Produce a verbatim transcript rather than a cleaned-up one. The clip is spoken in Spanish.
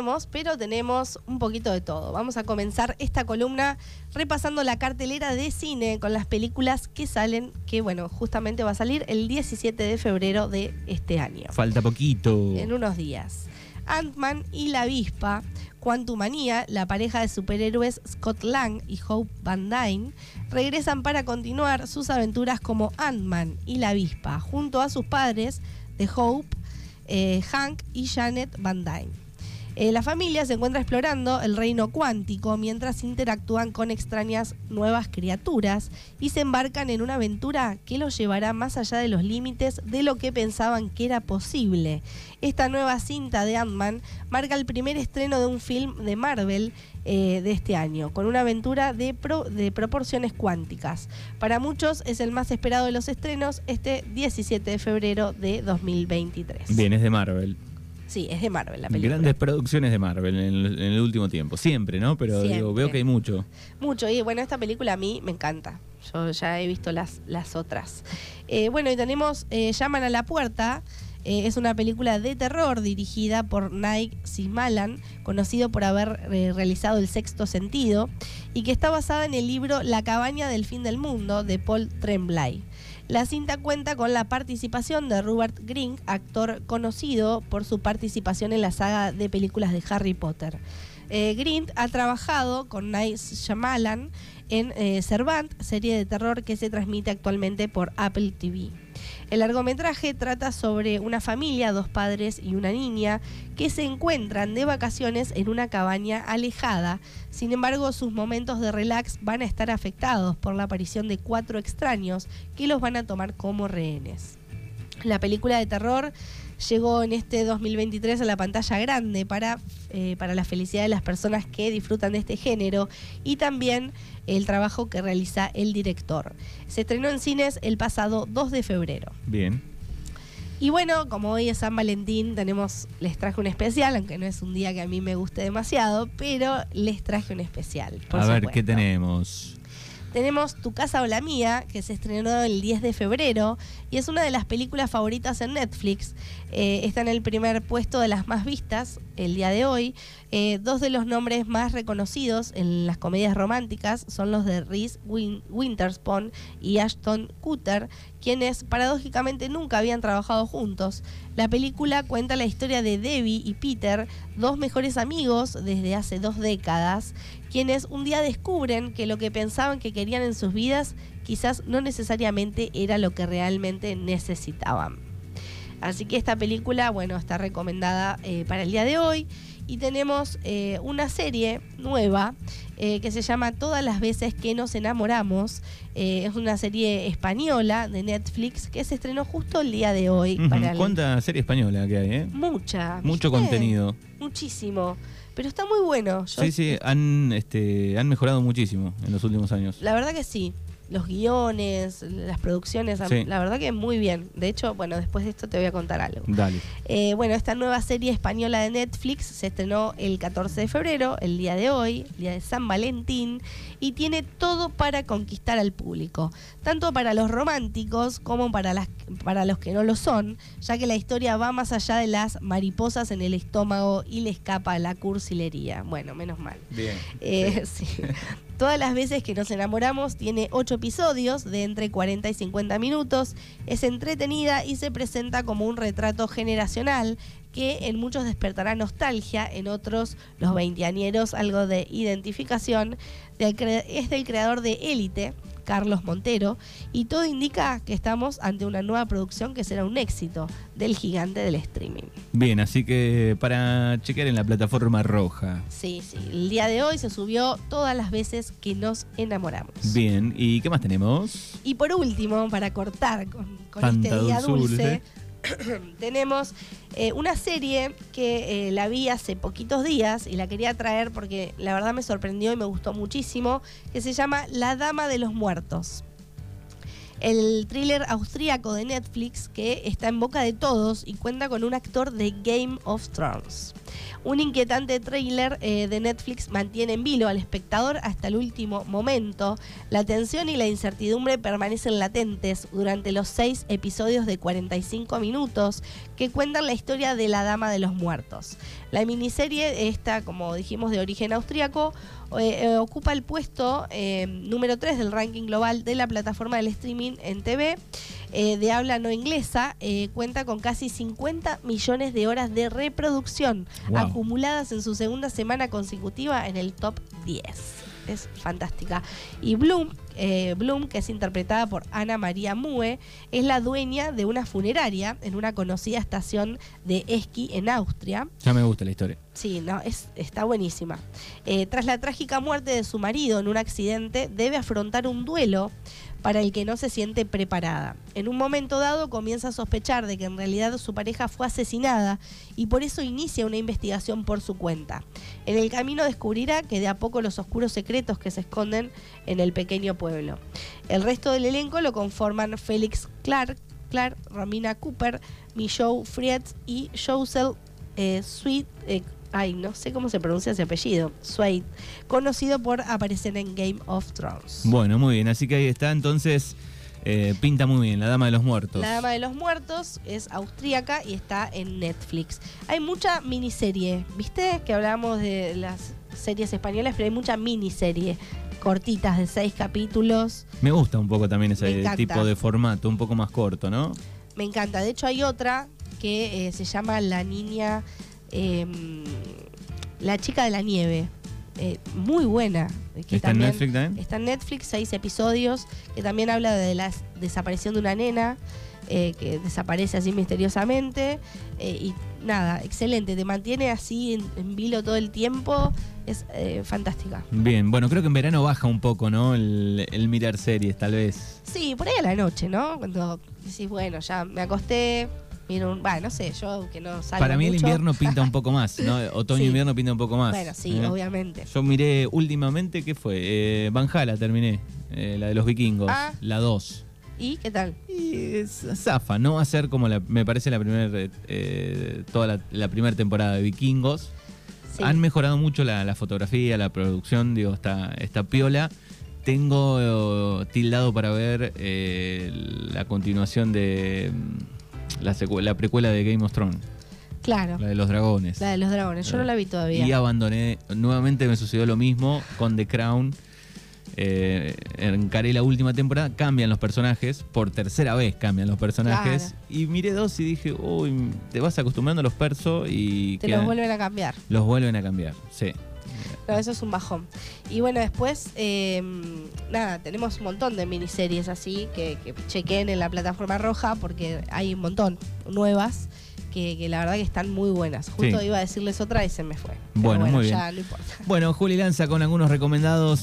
tenemos, pero tenemos un poquito de todo. Vamos a comenzar esta columna repasando la cartelera de cine con las películas que salen, que bueno, justamente va a salir el diecisiete de febrero de este año. Falta poquito. En unos días. Ant-Man y la avispa, Quantumania, la pareja de superhéroes Scott Lang y Hope Van Dyne, regresan para continuar sus aventuras como Ant-Man y la avispa, junto a sus padres de Hope, eh, Hank y Janet Van Dyne. Eh, la familia se encuentra explorando el reino cuántico mientras interactúan con extrañas nuevas criaturas y se embarcan en una aventura que los llevará más allá de los límites de lo que pensaban que era posible. Esta nueva cinta de Ant-Man marca el primer estreno de un film de Marvel eh, de este año, con una aventura de, pro, de proporciones cuánticas. Para muchos es el más esperado de los estrenos este diecisiete de febrero de dos mil veintitrés. Bien, es de Marvel. Sí, es de Marvel la película. Grandes producciones de Marvel en el, en el último tiempo. Siempre, ¿no? Pero digo, veo que hay mucho. Mucho. Y bueno, esta película a mí me encanta. Yo ya he visto las, las otras. Eh, bueno, y tenemos eh, Llaman a la puerta. Eh, es una película de terror dirigida por Nick Shyamalan, conocido por haber eh, realizado El sexto sentido, y que está basada en el libro La cabaña del fin del mundo de Paul Tremblay. La cinta cuenta con la participación de Rupert Grint, actor conocido por su participación en la saga de películas de Harry Potter. Eh, Grint ha trabajado con Nick Shyamalan en eh, Servant, serie de terror que se transmite actualmente por Apple T V. El largometraje trata sobre una familia, dos padres y una niña, que se encuentran de vacaciones en una cabaña alejada. Sin embargo, sus momentos de relax van a estar afectados por la aparición de cuatro extraños que los van a tomar como rehenes. La película de terror llegó en este dos mil veintitrés a la pantalla grande para, eh, para la felicidad de las personas que disfrutan de este género y también el trabajo que realiza el director. Se estrenó en cines el pasado dos de febrero. Bien. Y bueno, como hoy es San Valentín, tenemos, les traje un especial, aunque no es un día que a mí me guste demasiado, pero les traje un especial. Por a supuesto. ver, ¿qué tenemos? Tenemos Tu casa o la mía, que se estrenó el diez de febrero y es una de las películas favoritas en Netflix. Eh, está en el primer puesto de las más vistas el día de hoy. Eh, dos de los nombres más reconocidos en las comedias románticas son los de Reese Win- Witherspoon y Ashton Kutcher, quienes paradójicamente nunca habían trabajado juntos. La película cuenta la historia de Debbie y Peter, dos mejores amigos desde hace dos décadas, quienes un día descubren que lo que pensaban que querían en sus vidas quizás no necesariamente era lo que realmente necesitaban. Así que esta película, bueno, está recomendada eh, para el día de hoy. Y tenemos eh, una serie nueva eh, que se llama Todas las veces que nos enamoramos. Eh, es una serie española de Netflix que se estrenó justo el día de hoy. Uh-huh. Para el... ¿Cuánta serie española que hay, eh? Mucha. Mucho ¿viste? contenido. Muchísimo. Pero está muy bueno. Yo sí, sí, han, este, han mejorado muchísimo en los últimos años. La verdad que sí. Los guiones, las producciones, sí. La verdad que muy bien. De hecho, bueno, después de esto te voy a contar algo. Dale. Eh, bueno, esta nueva serie española de Netflix se estrenó el catorce de febrero, el día de hoy, el día de San Valentín, y tiene todo para conquistar al público, tanto para los románticos como para, las, para los que no lo son, ya que la historia va más allá de las mariposas en el estómago y le escapa a la cursilería. Bueno, menos mal. Bien. Eh, sí. Sí. Todas las veces que nos enamoramos tiene ocho episodios de entre cuarenta y cincuenta minutos, es entretenida y se presenta como un retrato generacional que en muchos despertará nostalgia, en otros, los veinteañeros, algo de identificación. Del cre- es del creador de Élite, Carlos Montero, y todo indica que estamos ante una nueva producción que será un éxito del gigante del streaming. Bien, así que para chequear en la plataforma roja. Sí, sí, el día de hoy se subió Todas las veces que nos enamoramos. Bien, ¿y qué más tenemos? Y por último, para cortar con, con Fanta este día dulce, dulce. tenemos eh, una serie que eh, la vi hace poquitos días y la quería traer porque la verdad me sorprendió y me gustó muchísimo, que se llama La Dama de los Muertos. El thriller austríaco de Netflix que está en boca de todos y cuenta con un actor de Game of Thrones. Un inquietante thriller eh, de Netflix mantiene en vilo al espectador hasta el último momento. La tensión y la incertidumbre permanecen latentes durante los seis episodios de cuarenta y cinco minutos que cuentan la historia de la Dama de los Muertos. La miniserie, esta, como dijimos, de origen austríaco, eh, eh, ocupa el puesto eh, número tres del ranking global de la plataforma del streaming en T V. Eh, de habla no inglesa, eh, cuenta con casi cincuenta millones de horas de reproducción wow. acumuladas en su segunda semana consecutiva en el top diez. Es fantástica. Y Bloom, eh, Bloom, que es interpretada por Ana María Mue, es la dueña de una funeraria en una conocida estación de esquí en Austria. Ya me gusta la historia. Sí, no, es, está buenísima. Eh, tras la trágica muerte de su marido en un accidente, debe afrontar un duelo para el que no se siente preparada. En un momento dado comienza a sospechar de que en realidad su pareja fue asesinada y por eso inicia una investigación por su cuenta. En el camino descubrirá que de a poco los oscuros secretos que se esconden en el pequeño pueblo. El resto del elenco lo conforman Felix Clark, Clark Romina Cooper, Michelle Frietz y Joel eh, Sweet. Eh, Ay, no sé cómo se pronuncia ese apellido. Sweet, conocido por aparecer en Game of Thrones. Bueno, muy bien. Así que ahí está. Entonces, eh, pinta muy bien. La Dama de los Muertos. La Dama de los Muertos es austríaca y está en Netflix. Hay mucha miniserie. ¿Viste? Que hablábamos de las series españolas, pero hay mucha miniserie. Cortitas de seis capítulos. Me gusta un poco también ese tipo de formato. Un poco más corto, ¿no? Me encanta. De hecho, hay otra que eh, se llama La Niña... Eh, La Chica de la Nieve, eh, muy buena. Que ¿Está también, en Netflix también? Está en Netflix, seis episodios, que también habla de la desaparición de una nena eh, que desaparece así misteriosamente. Eh, y nada, excelente, te mantiene así en, en vilo todo el tiempo, es eh, fantástica. Bien, bueno, creo que en verano baja un poco, ¿no? El, el mirar series, tal vez. Sí, por ahí a la noche, ¿no? Cuando decís, bueno, ya me acosté. Bueno, no sé, yo que no salgo Para mí mucho. El invierno pinta un poco más, ¿no? Otoño sí. invierno pinta un poco más. Bueno, sí, ¿eh? obviamente. Yo miré últimamente, ¿qué fue? Eh, Valhalla terminé, eh, la de los vikingos, ah. la dos. ¿Y qué tal? Y es zafa, no va a ser como la, me parece la primera eh, toda la, la primera temporada de Vikingos. Sí. Han mejorado mucho la, la fotografía, la producción, digo, está, está piola. Tengo eh, tildado para ver eh, la continuación de... La, la precuela de Game of Thrones. Claro. La de los dragones. La de los dragones. Yo no la vi todavía. Y abandoné. Nuevamente me sucedió lo mismo con The Crown. Eh, encaré la última temporada. Cambian los personajes. Por tercera vez cambian los personajes. Claro. Y miré dos y dije, uy, te vas acostumbrando a los persos y... Te quedan, los vuelven a cambiar. Los vuelven a cambiar, sí. No, eso es un bajón. Y bueno, después, eh, nada, tenemos un montón de miniseries así que, que chequen en la plataforma roja porque hay un montón nuevas que, que la verdad que están muy buenas. Justo sí. Iba a decirles otra y se me fue. Bueno, bueno, muy bien. Ya no importa. Bueno, Juli Lanza con algunos recomendados.